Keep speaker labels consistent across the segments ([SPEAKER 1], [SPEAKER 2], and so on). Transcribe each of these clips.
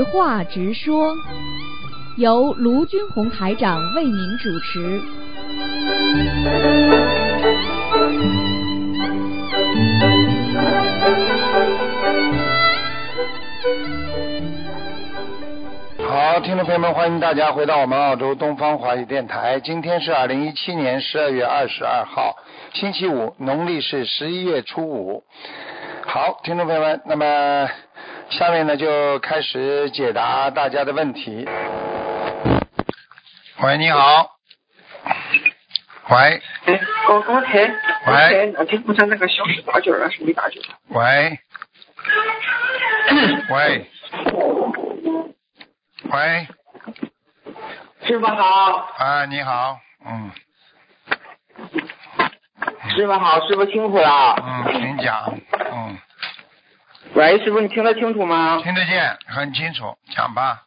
[SPEAKER 1] 实话直说，由卢军红台长为您主持。
[SPEAKER 2] 好，听众朋友们，欢迎大家回到我们澳洲东方华语电台。今天是2017年12月22号，星期五，农历是11月初五。好，听众朋友们，那么下面呢就开始解答大家的问题。喂，你好。喂。
[SPEAKER 3] 刚才听不上那个小水大卷了，是没大卷。
[SPEAKER 2] 喂。喂。喂。
[SPEAKER 3] 师傅好。
[SPEAKER 2] 啊，你好。
[SPEAKER 3] 师傅好，师傅辛苦了。
[SPEAKER 2] 请讲。
[SPEAKER 3] 喂，师傅，你听得清楚吗？
[SPEAKER 2] 听得见，很清楚，讲吧。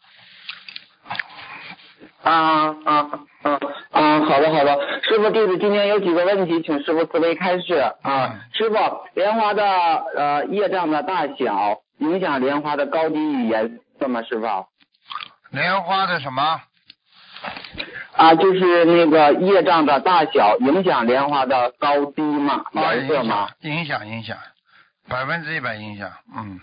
[SPEAKER 3] 好的，师傅，弟子今天有几个问题，请师傅慈悲开示啊。师傅，莲花的业障的大小影响莲花的高低与颜色吗？师傅？
[SPEAKER 2] 莲花的什么？
[SPEAKER 3] 就是那个业障的大小影响莲花的高低吗？颜色吗？
[SPEAKER 2] 影响，100%影响。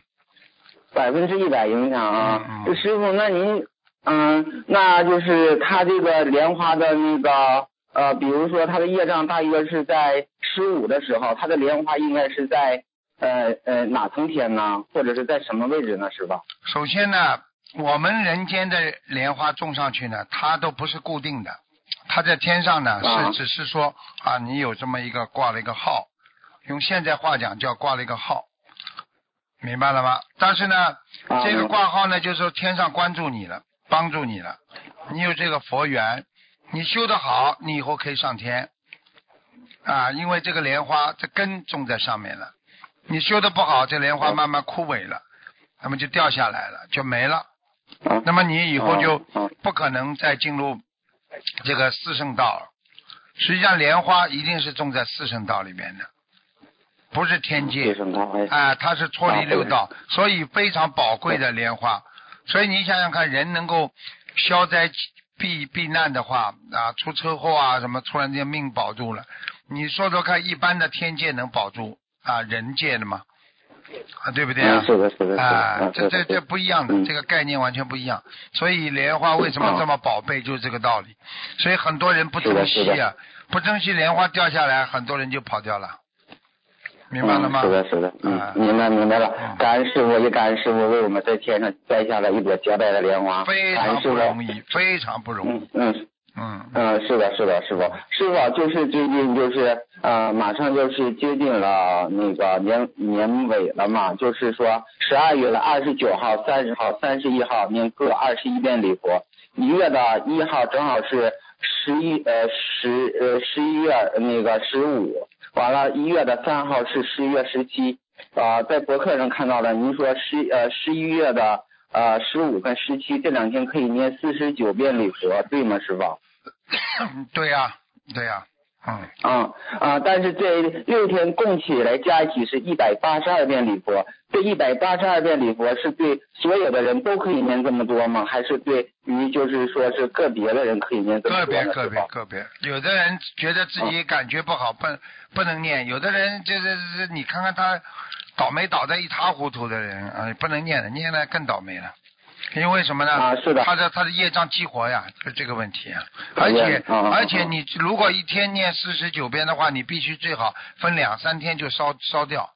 [SPEAKER 3] 100%影响啊。师傅，那您那就是他这个莲花的那个比如说他的业障大约是在15的时候，他的莲花应该是在哪层天呢？或者是在什么位置呢？师傅？
[SPEAKER 2] 首先呢，我们人间的莲花种上去呢，它都不是固定的，它在天上呢是只是说你有这么一个挂了一个号，用现在话讲叫挂了一个号，明白了吗？但是呢，这个挂号呢就是说天上关注你了，帮助你了，你有这个佛缘，你修得好，你以后可以上天因为这个莲花这根种在上面了，你修得不好，这莲花慢慢枯萎了，那么就掉下来了，就没了。那么你以后就不可能再进入这个四圣道了。实际上莲花一定是种在四圣道里面的，不是天界它是脱离六道，所以非常宝贵的莲花。所以你想想看，人能够消灾避难的话出车祸什么突然间命保住了，你说说看，一般的天界能保住人界的吗？对不对
[SPEAKER 3] 是的
[SPEAKER 2] 这不一样的，这个概念完全不一样。所以莲花为什么这么宝贝，就是这个道理。所以很多人不珍惜不珍惜莲花掉下来，很多人就跑掉了，明白了吗？
[SPEAKER 3] 是的，明白了。感恩师傅，也感恩师傅为我们在天上摘下了一朵洁白的莲花，
[SPEAKER 2] 非常不容易，非常不容易。
[SPEAKER 3] 是的，师傅就是最近就是马上就是接近了那个年尾了嘛，就是说12月的29号、30号、31号您各21遍礼佛，1月的1号正好是11月那个15，完了1月的3号是11月17，在博客上看到了您说11月的15跟17这2天可以念49遍礼佛，对吗，师傅？
[SPEAKER 2] 对呀。
[SPEAKER 3] 但是这6天共起来加一起是182遍礼佛，这182遍礼佛是对所有的人都可以念这么多吗？还是对于就是说是个别的人可以念这么多呢？
[SPEAKER 2] 个别，有的人觉得自己感觉不好不能念，有的人就是你看看他倒霉倒得一塌糊涂的人不能念了，念了更倒霉了。因为什么呢？
[SPEAKER 3] 是的，
[SPEAKER 2] 他的业障激活呀，就这个问题而且你如果一天念49遍的话，你必须最好分2-3天就烧掉。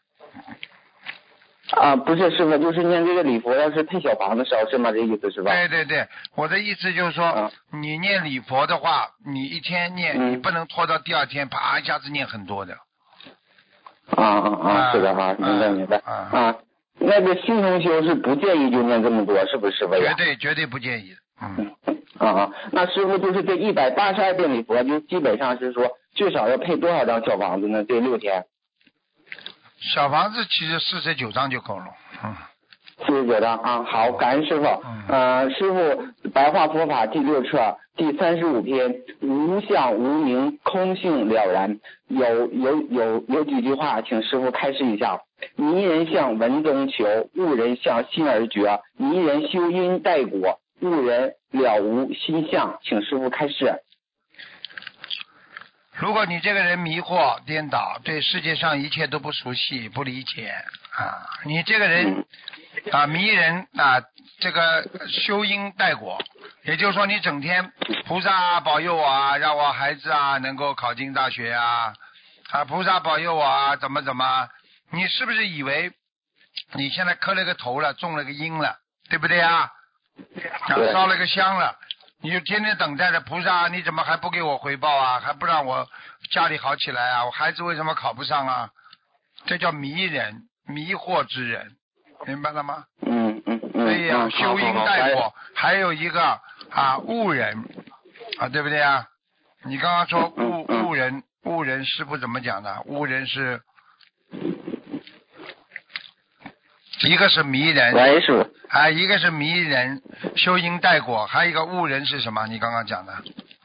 [SPEAKER 3] 不是师傅，就是念这个礼佛要是配小房子烧是吗？这意思是吧？
[SPEAKER 2] 对，我的意思就是说，你念礼佛的话，你一天念，你不能拖到第2天，啪一下子念很多的。
[SPEAKER 3] 是的明白那个新同修是不建议就念这么多，是不是师傅呀？
[SPEAKER 2] 绝对不建议。
[SPEAKER 3] 那师傅就是这182遍礼佛，就基本上是说最少要配多少张小房子呢？这6天？
[SPEAKER 2] 小房子其实49张就够了。
[SPEAKER 3] 49张好，感恩师傅。师傅白话佛法第6册第35篇，无相无名，空性了然。有几句话，请师傅开示一下。 迷人向文中求，悟人向心而觉，迷人修因待果，悟人了无心相。请师父开示。
[SPEAKER 2] 如果你这个人迷惑颠倒，对世界上一切都不熟悉不理解啊，你这个人啊迷人啊，这个修因待果，也就是说你整天菩萨保佑我啊，让我孩子啊能够考进大学啊，菩萨保佑我啊怎么，你是不是以为你现在磕了个头了，种了个因了，对不对啊？烧了个香了，你就天天等待着菩萨，你怎么还不给我回报啊？还不让我家里好起来啊？我孩子为什么考不上啊？这叫迷人，迷惑之人，明白了吗？对呀，修因待果，还有一个误人啊，对不对啊？你刚刚说误人，师父怎么讲的？误人是一个是迷人，一个是迷人，修因待果，还有一个误人是什么？你刚刚讲的，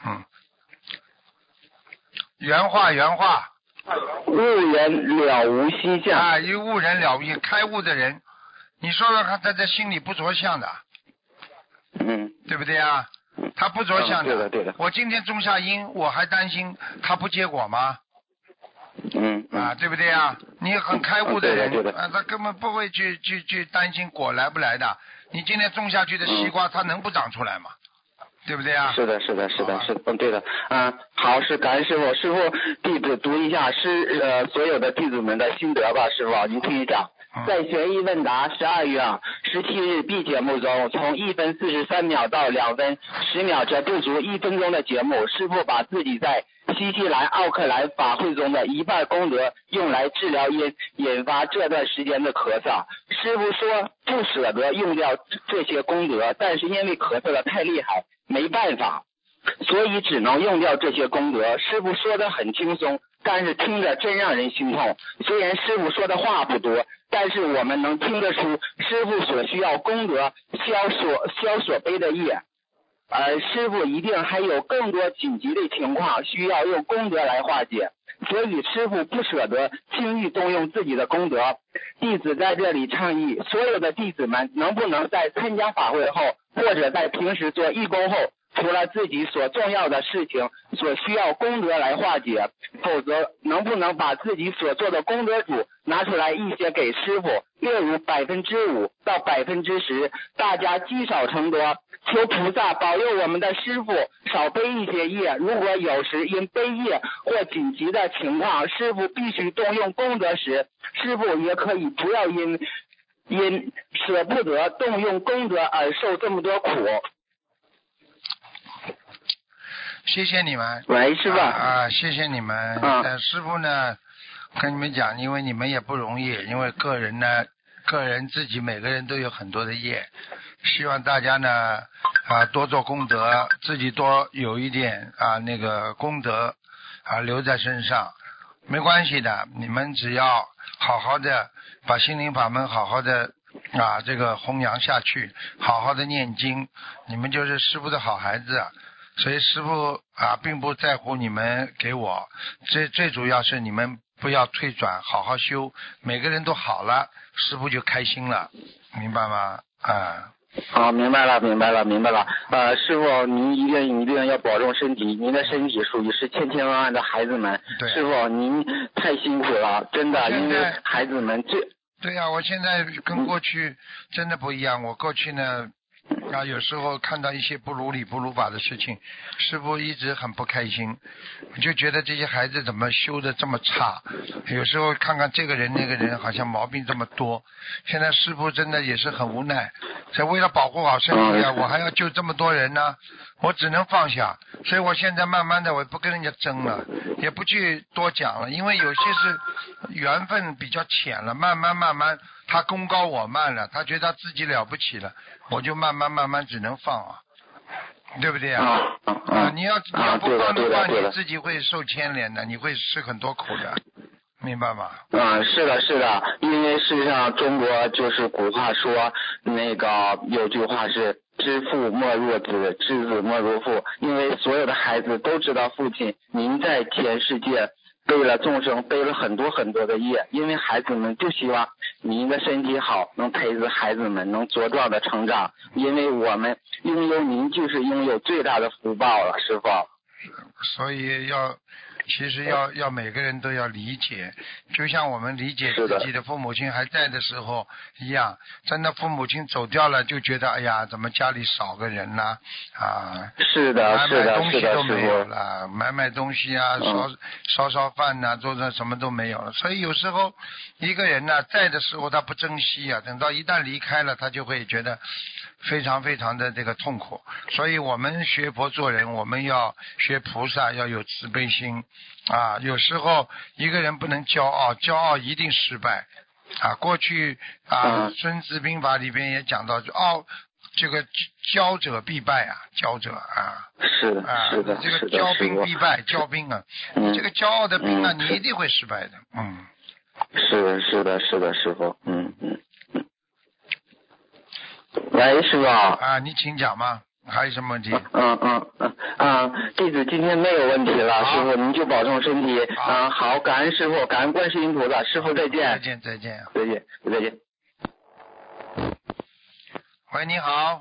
[SPEAKER 2] 原话，
[SPEAKER 3] 悟人了无心相
[SPEAKER 2] 一悟人了无，开悟的人，你说说看，他在心里不着相的，对不对啊？他不着相的，
[SPEAKER 3] 对的。
[SPEAKER 2] 我今天种下因，我还担心他不结果吗？对不对啊？你很开悟的人，他根本不会去担心果来不来的。你今天种下去的西瓜，它能不长出来吗？对不对啊？
[SPEAKER 3] 是的，对的。好，是感恩师父。师父，弟子读一下所有的弟子们的心得吧，师父，您听一下。在悬疑问答12月17日 B 节目中，从1分43秒到2分10秒这不足1分钟的节目，师父把自己在新西兰奥克兰法会中的一半功德用来治疗引发这段时间的咳嗽。师父说不舍得用掉这些功德，但是因为咳嗽的太厉害，没办法，所以只能用掉这些功德。师父说的很轻松，但是听着真让人心痛。虽然师父说的话不多，但是我们能听得出师父所需要功德消所背的业，而师父一定还有更多紧急的情况需要用功德来化解，所以师父不舍得轻易动用自己的功德。弟子在这里倡议，所有的弟子们能不能在参加法会后，或者在平时做义工后，除了自己所重要的事情所需要功德来化解，否则能不能把自己所做的功德主拿出来一些给师父，例如5%到10%，大家积少成多，求菩萨保佑我们的师父少背一些业。如果有时因背业或紧急的情况，师父必须动用功德时，师父也可以不要因舍不得动用功德而受这么多苦。
[SPEAKER 2] 谢谢你们，
[SPEAKER 3] 喂，师父
[SPEAKER 2] 谢谢你们。师父呢，跟你们讲，因为你们也不容易，因为个人自己每个人都有很多的业，希望大家呢多做功德，自己多有一点那个功德留在身上，没关系的。你们只要好好的把心灵法门好好的这个弘扬下去，好好的念经，你们就是师父的好孩子。所以师父并不在乎你们给我，最主要是你们不要退转，好好修，每个人都好了，师父就开心了，明白吗？
[SPEAKER 3] 明白了。师父，您一定要保重身体，您的身体属于是千千万万的孩子们。师父，您太辛苦了，真的，因为孩子们
[SPEAKER 2] 对呀，我现在跟过去真的不一样，我过去呢有时候看到一些不如理不如法的事情，师父一直很不开心，就觉得这些孩子怎么修的这么差，有时候看看这个人那个人好像毛病这么多，现在师父真的也是很无奈，所以为了保护好身体我还要救这么多人呢，我只能放下，所以我现在慢慢的我不跟人家争了，也不去多讲了，因为有些是缘分比较浅了，慢慢他功高我慢了，他觉得他自己了不起了，我就慢慢只能放对不对你要不放的话，你自己会受牵连的，你会吃很多苦的，明白吗？
[SPEAKER 3] 是的，因为事实上中国就是古话说，那个有句话是知父莫若子，知子莫如父，因为所有的孩子都知道父亲您在全世界背了众生，背了很多很多的业，因为孩子们就希望您的身体好，能陪着孩子们能茁壮的成长，因为我们拥有您就是拥有最大的福报了，师父。
[SPEAKER 2] 所以其实要每个人都要理解，就像我们理解自己的父母亲还在的时候一样。真的父母亲走掉了，就觉得哎呀，怎么家里少个人呢？
[SPEAKER 3] 是的，是的，
[SPEAKER 2] 买东西都没有了，买东西啊，烧饭呐，做什么都没有了。所以有时候一个人呢，在的时候他不珍惜啊，等到一旦离开了，他就会觉得非常非常的这个痛苦。所以我们学佛做人，我们要学菩萨，要有慈悲心啊。有时候一个人不能骄傲，骄傲一定失败啊。过去啊，孙子兵法里边也讲到，这个骄者必败啊，骄者啊，
[SPEAKER 3] 是的，是的，
[SPEAKER 2] 这个骄兵必败，骄兵啊，这个骄傲的兵啊，你一定会失败的，
[SPEAKER 3] 是的，师傅，喂，师傅啊，
[SPEAKER 2] 你请讲吗？还有什么问题？
[SPEAKER 3] 弟子今天没有问题了，师傅您就保重身体。好，感恩师傅，感恩观世音菩萨，师傅再见。
[SPEAKER 2] 再见。喂，你好。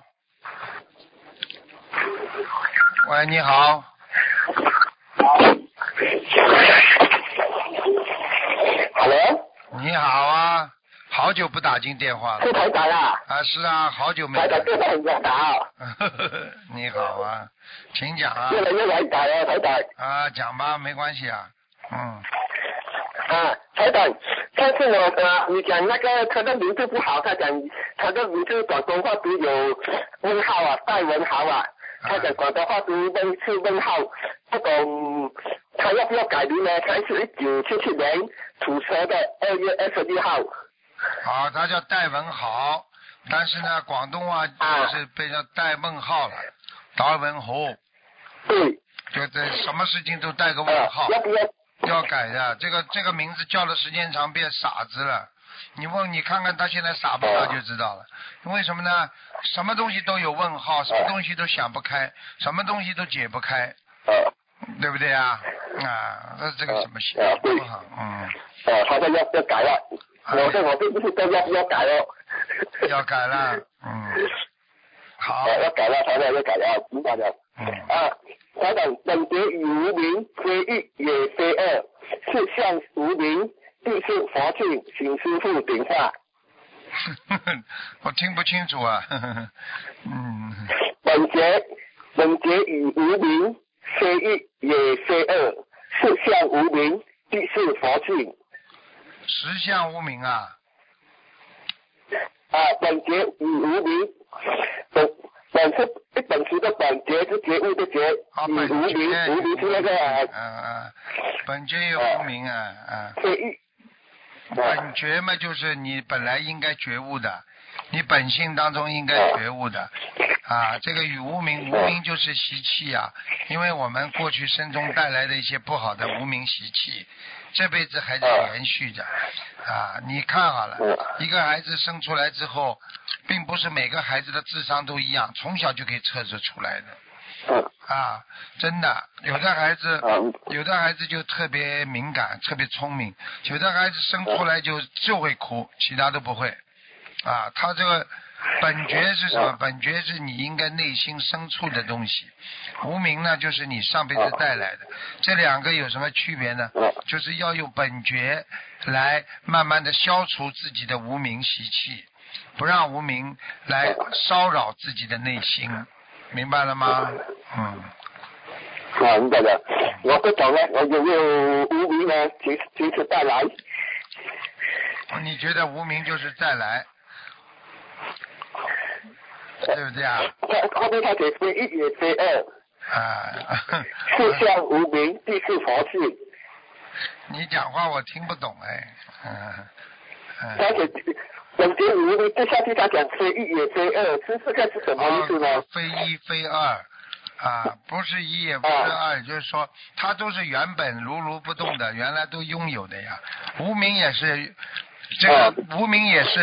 [SPEAKER 2] 喂，你好。
[SPEAKER 3] Hello。
[SPEAKER 2] 你好啊。好久不打进电话了。
[SPEAKER 3] 是台长啊。
[SPEAKER 2] 是啊，好久没打。
[SPEAKER 3] 台长电话很难打。
[SPEAKER 2] 你好啊，请讲啊。
[SPEAKER 3] 越来越难打了，台长。
[SPEAKER 2] 讲吧，没关系啊。
[SPEAKER 3] 台长，上次你讲那个他的名字不好，他讲他的名字广东话读有问号啊，带问号啊。他讲广东话读是问号，不懂他要不要改名呢？他是1977年属蛇的2月21号。
[SPEAKER 2] 好，他叫戴文豪，但是呢，广东话就是被叫戴问号了，戴文豪。
[SPEAKER 3] 对。
[SPEAKER 2] 就这什么事情都带个问号。要改的，这个名字叫的时间长变傻子了。你看看他现在傻不傻就知道了。为什么呢？什么东西都有问号，什么东西都想不开，什么东西都解不开，对不对啊？那这个什么心不好？
[SPEAKER 3] 他说要改了。我并不是说要改了。
[SPEAKER 2] 要改了，好。
[SPEAKER 3] 要改了，台长要改了，明白了。台长，本节语无名，非一也非二，是相无名，必是佛性，请师父点化。
[SPEAKER 2] 我听不清楚啊。
[SPEAKER 3] 本节语无名，非一也非二，是相无名，必是佛性。
[SPEAKER 2] 实相无名啊。
[SPEAKER 3] 本节语无名，本是的本，节是觉悟的觉，语无名，无名是那个
[SPEAKER 2] 本觉也无名本觉嘛，就是你本来应该觉悟的，你本性当中应该觉悟的这个与无名，无名就是习气啊，因为我们过去生中带来的一些不好的无名习气，这辈子还在延续着你看好了，一个孩子生出来之后，并不是每个孩子的智商都一样，从小就可以测试出来的真的，有的孩子就特别敏感，特别聪明，有的孩子生出来就会哭，其他都不会他这个本觉是什么？本觉是你应该内心深处的东西，无名呢就是你上辈子带来的，这两个有什么区别呢？就是要用本觉来慢慢的消除自己的无名习气，不让无名来骚扰自己的内心，明白了吗？
[SPEAKER 3] 明白了。我不懂了，我有没有无名呢？其实带来。
[SPEAKER 2] 你觉得无名就是再来，对不对啊？
[SPEAKER 3] 后面他写非一也非二是相无名，必是佛性。
[SPEAKER 2] 你讲话我听不懂
[SPEAKER 3] 他写本节无名，这下去他讲非一也非二，这个是什么意思呢？
[SPEAKER 2] 非一非二不是一也不是二，就是说它都是原本如不动的，原来都拥有的呀。无名也是这个无名也是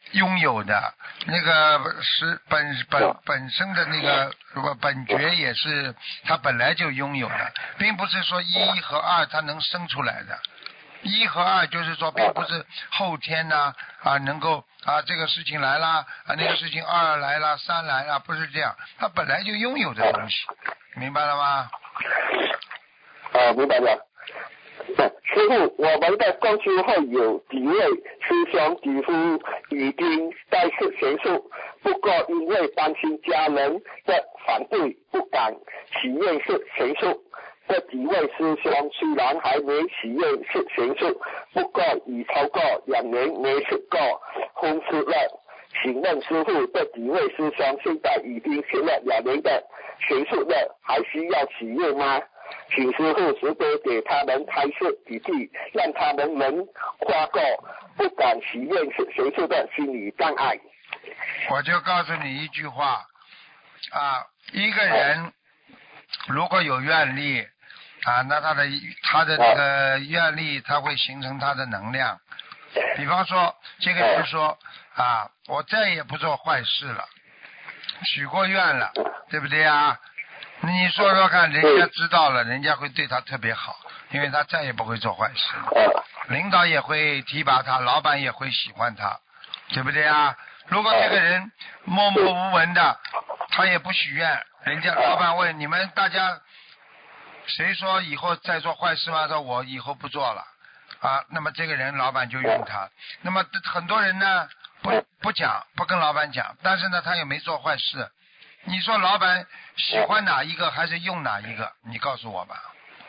[SPEAKER 2] 拥有的那个是本身的那个本觉也是他本来就拥有的，并不是说一和二他能生出来的。一和二就是说，并不是后天呢能够这个事情来了那个事情二来了三来了，不是这样，他本来就拥有的东西，明白了吗？
[SPEAKER 4] 明白了。师父，我们的共修会有几位师兄几乎已经在世结束，不过因为担心家人的反对，不敢许愿是结束。这几位师兄虽然还没许愿是结束，不过已超过2年没吃过荤食了。请问师父，这几位师兄现在已经吃了2年的结束了，还需要许愿吗？请师父慈悲给他们开示几句，让他们能跨过不敢许愿是结束的心理障碍。
[SPEAKER 2] 我就告诉你一句话一个人如果有愿力那他的那个愿力，他会形成他的能量。比方说这个人说我再也不做坏事了，许过愿了，对不对你说说看，人家知道了，人家会对他特别好，因为他再也不会做坏事了，领导也会提拔他，老板也会喜欢他，对不对如果这个人默默无闻的，他也不许愿，人家老板问你们大家谁说以后再做坏事吗？说我以后不做了那么这个人老板就用他。那么很多人呢不讲，不跟老板讲，但是呢他也没做坏事。你说老板喜欢哪一个还是用哪一个？你告诉我吧。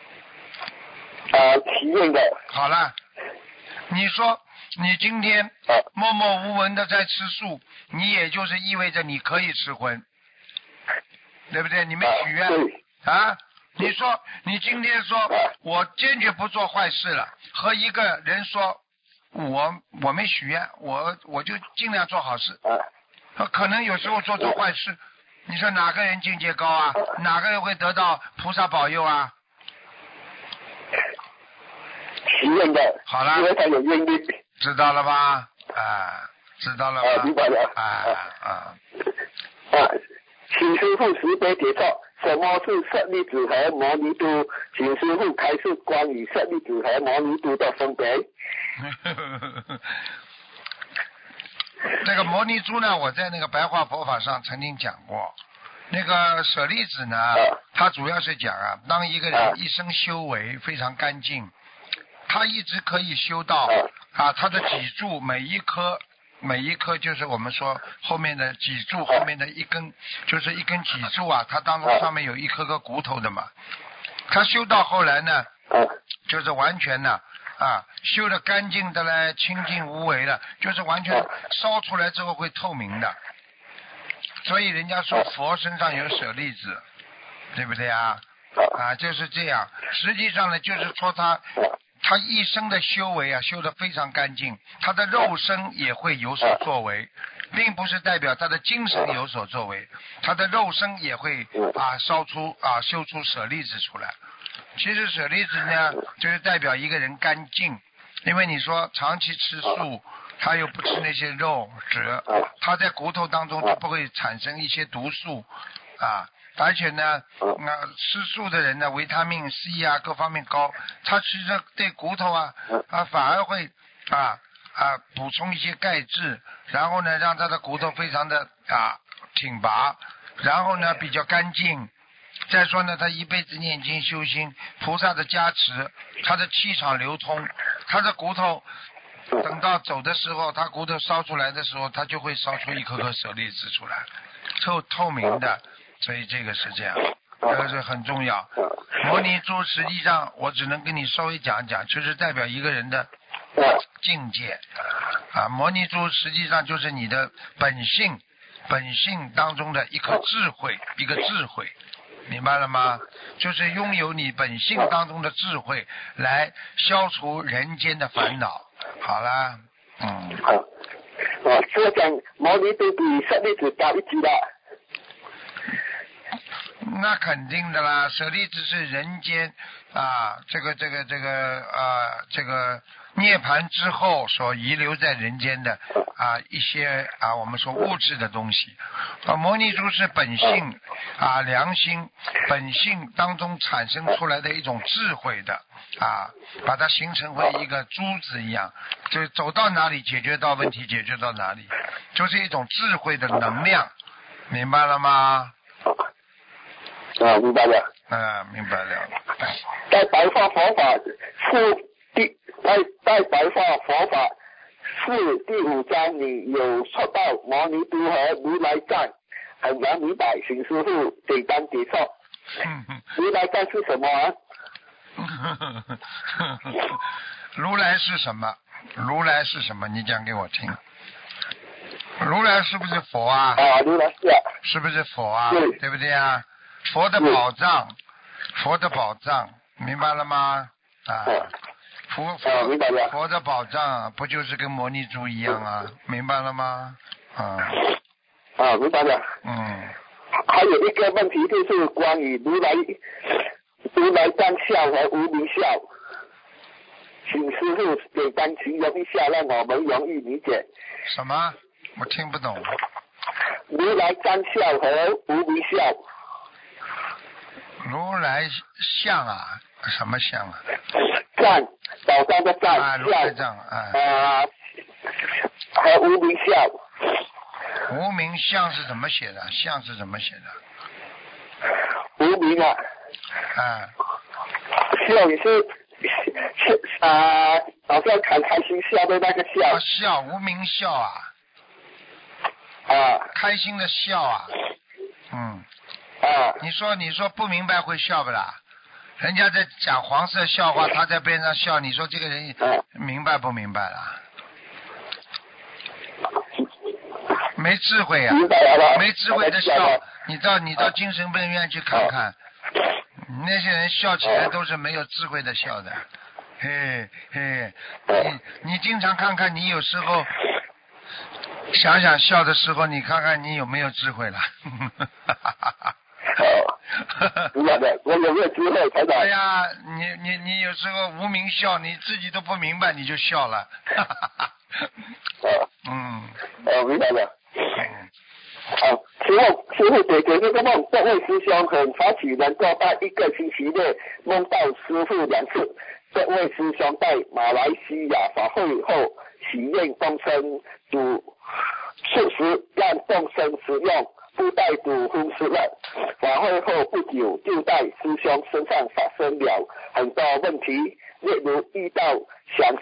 [SPEAKER 4] 体验的。
[SPEAKER 2] 好了，你说你今天默默无闻的在吃素，你也就是意味着你可以吃荤，对不对？你没许愿你说你今天说我坚决不做坏事了，和一个人说我没许愿，我就尽量做好事，可能有时候做坏事，你说哪个人境界高哪个人会得到菩萨保佑
[SPEAKER 4] 体验的。
[SPEAKER 2] 好了，
[SPEAKER 4] 因为他有愿力。
[SPEAKER 2] 知道了吧知道了吧
[SPEAKER 4] 明白了。请师父慈悲解惑，什么是舍利子和摩尼都？请师父开示关于舍利子和摩尼都的分别。
[SPEAKER 2] 这个摩尼珠呢，我在那个白话佛法上曾经讲过。那个舍利子呢，它主要是讲当一个人一生修为非常干净，他一直可以修到他的脊柱每一颗就是我们说后面的脊柱后面的一根，就是一根脊柱它当中上面有一颗颗骨头的嘛。他修到后来呢，就是完全呢修得干净的嘞，清净无为了，就是完全烧出来之后会透明的。所以人家说佛身上有舍利子，对不对就是这样。实际上呢，就是说他一生的修为修得非常干净，他的肉身也会有所作为，并不是代表他的精神有所作为，他的肉身也会修出舍利子出来。其实舍利子呢，就是代表一个人干净，因为你说长期吃素，他又不吃那些肉质，他在骨头当中就不会产生一些毒素而且呢吃素的人呢，维他命 C 各方面高，他其实对骨头反而会补充一些钙质，然后呢让他的骨头非常的挺拔，然后呢比较干净。再说呢，他一辈子念经修心，菩萨的加持，他的气场流通，他的骨头等到走的时候，他骨头烧出来的时候，他就会烧出一颗颗舍利子出来，透明的。所以这个是这样，这个是很重要。摩尼珠实际上我只能跟你稍微讲讲，就是代表一个人的境界摩尼珠实际上就是你的本性当中的一颗智慧，一个智慧，明白了吗？就是拥有你本性当中的智慧，来消除人间的烦恼。好了，
[SPEAKER 4] 所以讲摩尼都比舍利子高一级的。
[SPEAKER 2] 那肯定的啦，舍利子是人间啊，这个涅槃之后所遗留在人间的一些我们说物质的东西。摩尼珠是本性良心本性当中产生出来的一种智慧的把它形成为一个珠子一样，就走到哪里解决到问题，解决到哪里，就是一种智慧的能量，明白了吗？
[SPEAKER 4] 明白了。
[SPEAKER 2] 明白了。
[SPEAKER 4] 在白话佛法在白话佛法是第5章，你有说到摩尼珠和如来藏，很难明白，请师父简单解说。如来藏是什么啊？
[SPEAKER 2] 如来是什么？如来是什么？你讲给我听。如来是不是佛啊？
[SPEAKER 4] 如来是。
[SPEAKER 2] 是不是佛啊？
[SPEAKER 4] 对
[SPEAKER 2] 不对啊？佛的宝藏，佛的宝藏，明白了吗？
[SPEAKER 4] 明白了。
[SPEAKER 2] 佛的宝藏不就是跟摩尼珠一样啊？明白了吗？
[SPEAKER 4] 明白了。还有一个问题就是关于如来藏笑和无名笑，请师父简单形容一下，让我们容易理解。
[SPEAKER 2] 什么？我听不懂。
[SPEAKER 4] 如来藏笑和无名笑。
[SPEAKER 2] 如来像什么像啊？
[SPEAKER 4] 藏，宝藏的藏。
[SPEAKER 2] 如来藏
[SPEAKER 4] 和无名笑。
[SPEAKER 2] 无名像是怎么写的？像是怎么写的？
[SPEAKER 4] 无名笑也是好像很开心笑的那个笑。
[SPEAKER 2] 笑，无名笑开心的笑你说不明白会笑不啦？人家在讲黄色笑话，他在边上笑，你说这个人明白不明白啦？没智慧没智慧的笑，你到精神病院去看看，那些人笑起来都是没有智慧的笑的。你经常看看，你有时候想笑的时候，你看看你有没有智慧了。
[SPEAKER 4] 明白的，我有没有智慧台长？
[SPEAKER 2] 哎呀，你有时候无名笑，你自己都不明白你就笑了。
[SPEAKER 4] 明白了。请问师父解决这个梦，这位师兄很发起能够在1个星期内梦到师父2次。这位师兄在马来西亚法会后许愿众生煮素食让众生食用，不带煮荤食了。法会后不久就在师兄身上发生了很多问题，例如遇到想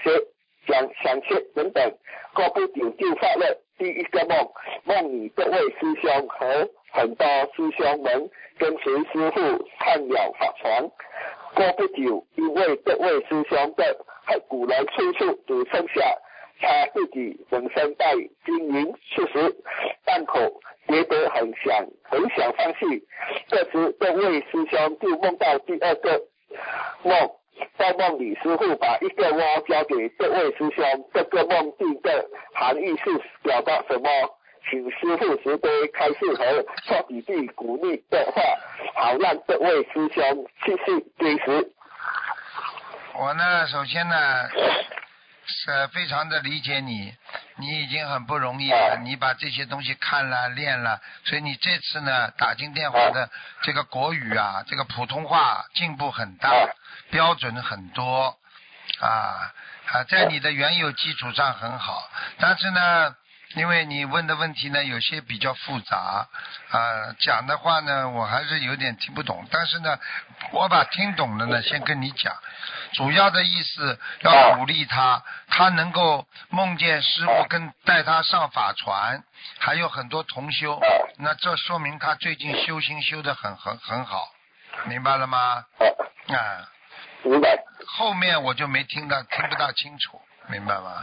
[SPEAKER 4] chết等等。过不久就发了第1个梦，梦里这位师兄和很多师兄们跟随师父看了法船。过不久，因为这位师兄的骸骨人处处只剩下他自己本身在经营素食档口，觉得很想放弃。这时这位师兄就梦到第2个梦，在梦里师父把1个窝交给这位师兄，这个梦境的含义是表达什么？请师父慈悲开示和说几句鼓励的话，好让这位师兄继续追持。
[SPEAKER 2] 我呢，首先呢是非常的理解你已经很不容易了，你把这些东西看了练了，所以你这次呢打进电话的这个国语这个普通话进步很大，标准很多在你的原有基础上很好，但是呢因为你问的问题呢有些比较复杂讲的话呢我还是有点听不懂，但是呢我把听懂的呢先跟你讲，主要的意思要鼓励他能够梦见师父跟带他上法船，还有很多同修，那这说明他最近修心修得很好，明白了吗？
[SPEAKER 4] 明白。
[SPEAKER 2] 后面我就没听不大清楚，明白吗？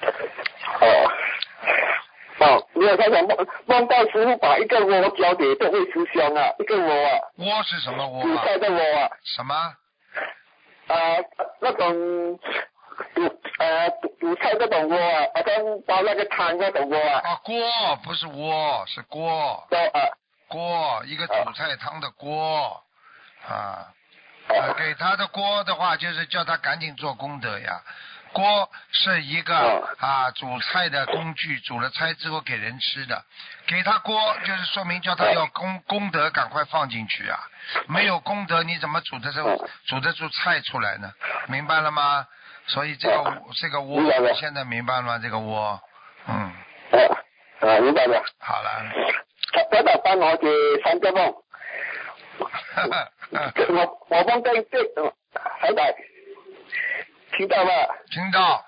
[SPEAKER 4] 没有，他想梦到师父把1个窝交给这位师兄1个窝
[SPEAKER 2] 窝是什么窝
[SPEAKER 4] 煮菜的窝
[SPEAKER 2] 什么？
[SPEAKER 4] 那种煮菜那种窝好像煲那个汤那种窝
[SPEAKER 2] 锅不是窝，是锅。 锅，一个煮菜汤的锅啊。给他的锅的话，就是叫他赶紧做功德呀。锅是一个煮菜的工具，煮了菜之后给人吃的。给他锅就是说明叫他要功德赶快放进去啊。没有功德你怎么煮得出菜出来呢？明白了吗？所以这个窝现在明白了吗？这个窝，
[SPEAKER 4] 明白了。
[SPEAKER 2] 好了。
[SPEAKER 4] 台长帮我解3个梦。我梦见台长听到吗？
[SPEAKER 2] 听到。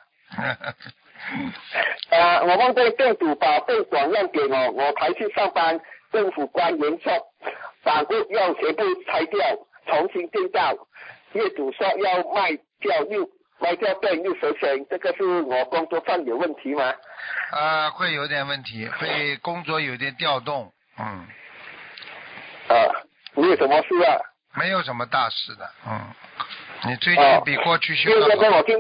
[SPEAKER 4] 我梦见政府把被转让给我才去上班，政府官员说反复要全部拆掉，重新建造，业主说要卖掉店又收钱，这个是我工作上有问题吗？
[SPEAKER 2] 会有点问题，会工作有点调动，
[SPEAKER 4] 没有什么事啊？
[SPEAKER 2] 没有什么大事的，你最近比过去修得好。
[SPEAKER 4] 我听。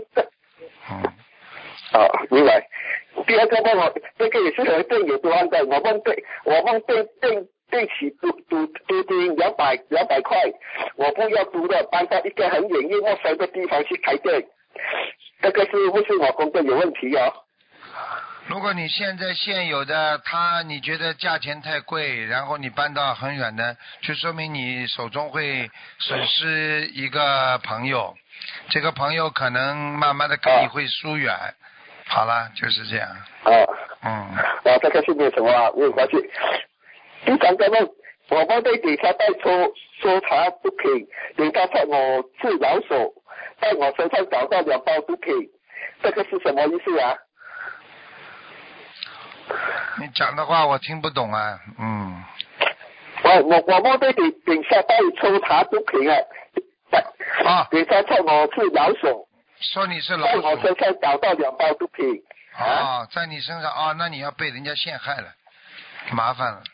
[SPEAKER 4] 明白。第二个梦我这个也是和电有关的，我梦对起赌金200块，我不要赌了，搬到一个很远又陌生的地方去开店，这个是不是我工作有问题啊？
[SPEAKER 2] 如果你现有的你觉得价钱太贵，然后你搬到很远的，就说明你手中会损失一个朋友，这个朋友可能慢慢的跟你会疏远。好了，就是这样。
[SPEAKER 4] 这个是没有什么没有关系。第3个梦，我梦见警察带抽查毒品，警察说我是老手，在我身上找到2包毒品，这个是什么意思啊？
[SPEAKER 2] 你讲的话我听不懂啊。
[SPEAKER 4] 我梦见警察带抽查毒品啊。警察说我是老手。
[SPEAKER 2] 说你是老鼠，
[SPEAKER 4] 在我身上找到2包毒品。
[SPEAKER 2] 在你身上那你要被人家陷害了，麻烦了。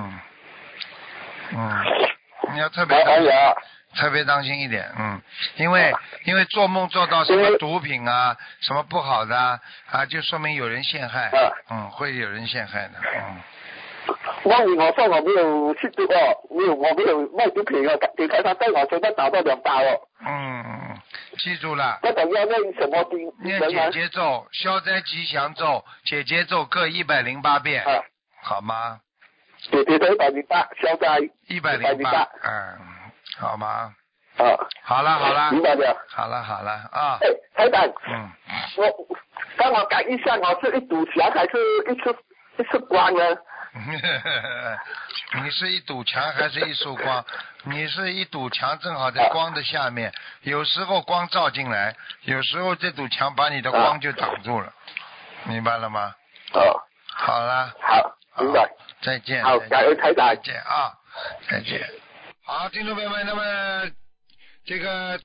[SPEAKER 2] 你要特别当心一点。因为做梦做到什么毒品啊，什么不好的就说明有人陷害。会有人陷害的。
[SPEAKER 4] 梦里我说我没有吸毒我没有卖毒品警察在我身上找到2包
[SPEAKER 2] 记住了。
[SPEAKER 4] 那等要念什么经？
[SPEAKER 2] 念解结咒、消灾吉祥咒、解结咒各108遍，好吗？
[SPEAKER 4] 解结咒108，消灾
[SPEAKER 2] 108，好吗？好了。
[SPEAKER 4] 明白了。
[SPEAKER 2] 好了啊。
[SPEAKER 4] 台长，我帮我改一下，我是一堵墙还是一束光呢？
[SPEAKER 2] 你是一堵墙还是一束光？你是一堵墙，正好在光的下面，有时候光照进来，有时候这堵墙把你的光就挡住了，明白了吗？好了。
[SPEAKER 4] 好，明白。
[SPEAKER 2] 再见。
[SPEAKER 4] 好，感恩台长。
[SPEAKER 2] 再见啊，再见。好，听众朋友们，那么这个